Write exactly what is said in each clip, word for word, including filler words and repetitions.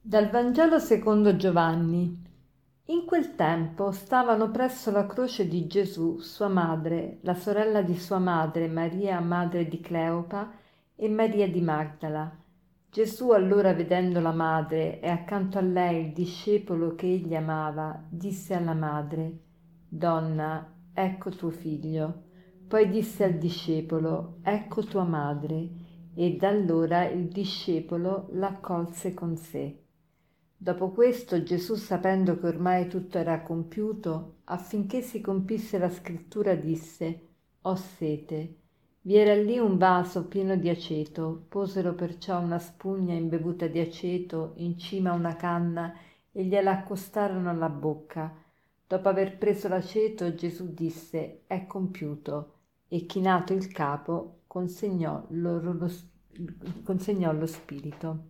Dal Vangelo secondo Giovanni. In quel tempo stavano presso la croce di Gesù sua madre, la sorella di sua madre, Maria, madre di Cleopa, e Maria di Magdala. Gesù allora, vedendo la madre e accanto a lei il discepolo che egli amava, disse alla madre: «Donna, ecco tuo figlio». Poi disse al discepolo: «Ecco tua madre». E da allora il discepolo l'accolse con sé. Dopo questo Gesù, sapendo che ormai tutto era compiuto, affinché si compisse la scrittura, disse: «Ho sete». Vi era lì un vaso pieno di aceto, posero perciò una spugna imbevuta di aceto in cima a una canna e gliela accostarono alla bocca. Dopo aver preso l'aceto, Gesù disse: «È compiuto», e chinato il capo consegnò loro lo, consegnò lo spirito.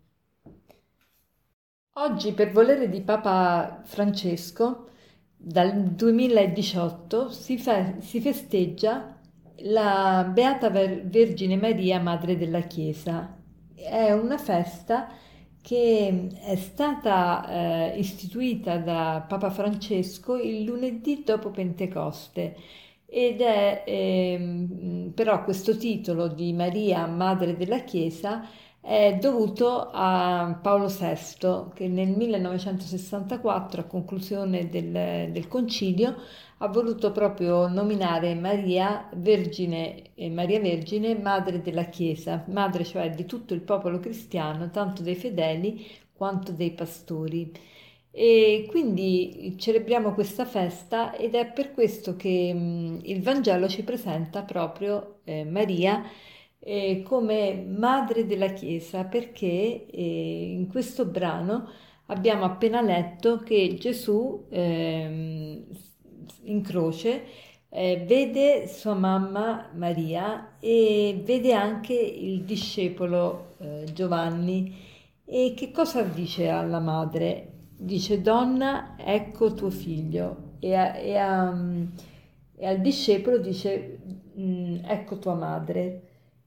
Oggi, per volere di Papa Francesco, dal duemiladiciotto si, fe- si festeggia la Beata Ver- Vergine Maria, Madre della Chiesa. È una festa che è stata eh, istituita da Papa Francesco il lunedì dopo Pentecoste. Ed è ehm, però questo titolo di Maria, Madre della Chiesa, è dovuto a Paolo sesto, che nel millenovecentosessantaquattro, a conclusione del, del concilio, ha voluto proprio nominare Maria Vergine, eh, Maria Vergine, Madre della Chiesa, madre cioè di tutto il popolo cristiano, tanto dei fedeli quanto dei pastori. E quindi celebriamo questa festa ed è per questo che mh, il Vangelo ci presenta proprio eh, Maria eh, come madre della Chiesa, perché eh, in questo brano abbiamo appena letto che Gesù ehm, in croce eh, vede sua mamma Maria e vede anche il discepolo eh, Giovanni. E che cosa dice alla madre? Dice: «Donna, ecco tuo figlio». E, a- e a- e al discepolo dice: «Mm, ecco tua madre».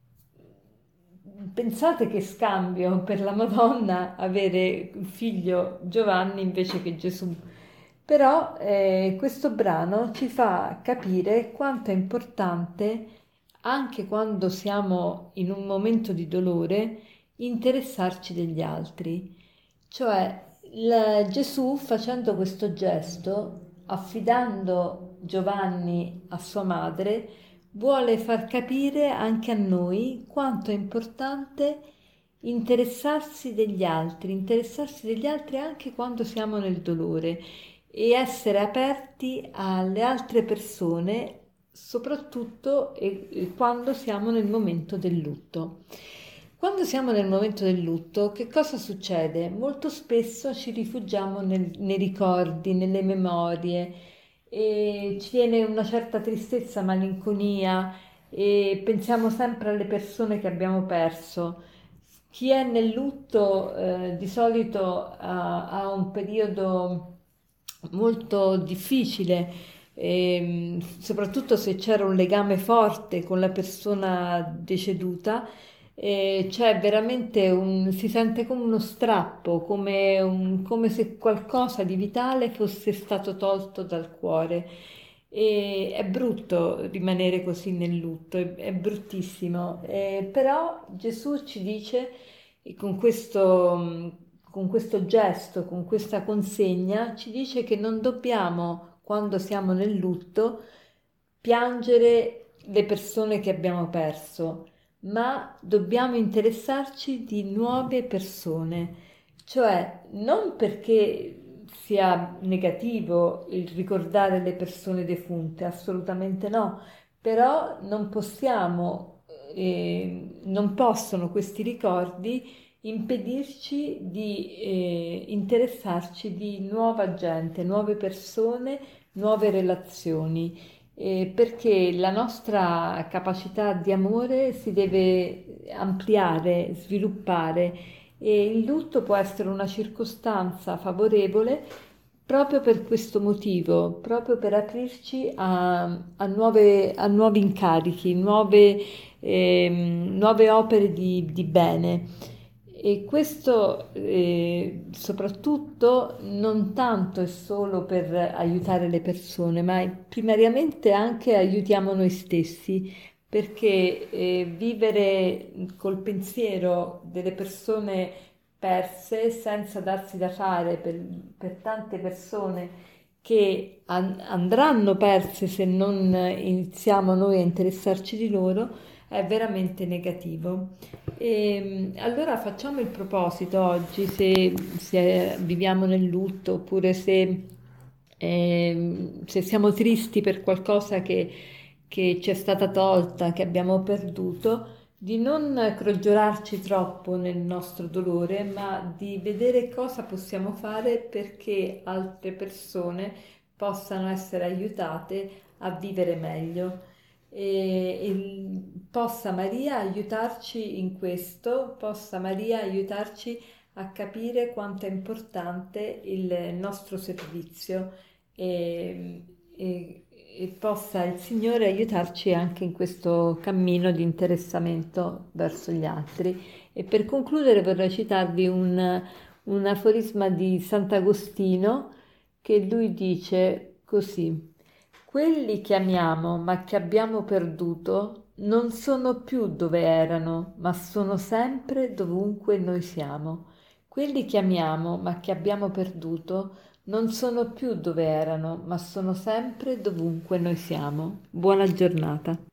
Pensate che scambio per la Madonna avere il figlio Giovanni invece che Gesù. Però eh, questo brano ci fa capire quanto è importante, anche quando siamo in un momento di dolore, interessarci degli altri. Cioè, il- Gesù, facendo questo gesto, affidando Giovanni a sua madre, vuole far capire anche a noi quanto è importante interessarsi degli altri, interessarsi degli altri anche quando siamo nel dolore e essere aperti alle altre persone, soprattutto e- e quando siamo nel momento del lutto. Quando siamo nel momento del lutto, che cosa succede? Molto spesso ci rifugiamo nel- nei ricordi, nelle memorie, e ci viene una certa tristezza, malinconia e pensiamo sempre alle persone che abbiamo perso. Chi è nel lutto eh, di solito ha, ha un periodo molto difficile, ehm, soprattutto se c'era un legame forte con la persona deceduta. Eh, c'è veramente un, si sente come uno strappo, come, un- come se qualcosa di vitale fosse stato tolto dal cuore. E è brutto rimanere così nel lutto, è, è bruttissimo. Eh, però Gesù ci dice, e con questo, con questo gesto, con questa consegna, ci dice che non dobbiamo, quando siamo nel lutto, piangere le persone che abbiamo perso, ma dobbiamo interessarci di nuove persone, cioè non perché sia negativo il ricordare le persone defunte, assolutamente no, però non possiamo, eh, non possono questi ricordi impedirci di eh, interessarci di nuova gente, nuove persone, nuove relazioni, eh, perché la nostra capacità di amore si deve ampliare, sviluppare e il lutto può essere una circostanza favorevole proprio per questo motivo, proprio per aprirci a, a nuove, a nuovi incarichi, nuove, ehm, nuove opere di, di bene. E questo eh, soprattutto non tanto e solo per aiutare le persone, ma primariamente anche aiutiamo noi stessi, perché eh, vivere col pensiero delle persone perse senza darsi da fare per, per tante persone che an- andranno perse se non iniziamo noi a interessarci di loro, è veramente negativo. E, allora facciamo il proposito oggi, se, se viviamo nel lutto oppure se, ehm, se siamo tristi per qualcosa che, che ci è stata tolta, che abbiamo perduto, di non crogiolarci troppo nel nostro dolore, ma di vedere cosa possiamo fare perché altre persone possano essere aiutate a vivere meglio. E, e possa Maria aiutarci in questo, possa Maria aiutarci a capire quanto è importante il nostro servizio e, e- e possa il Signore aiutarci anche in questo cammino di interessamento verso gli altri. E per concludere vorrei citarvi un, un aforisma di Sant'Agostino che lui dice così: quelli che amiamo ma che abbiamo perduto non sono più dove erano, ma sono sempre dovunque noi siamo. Quelli che amiamo ma che abbiamo perduto non sono più dove erano, ma sono sempre dovunque noi siamo. Buona giornata.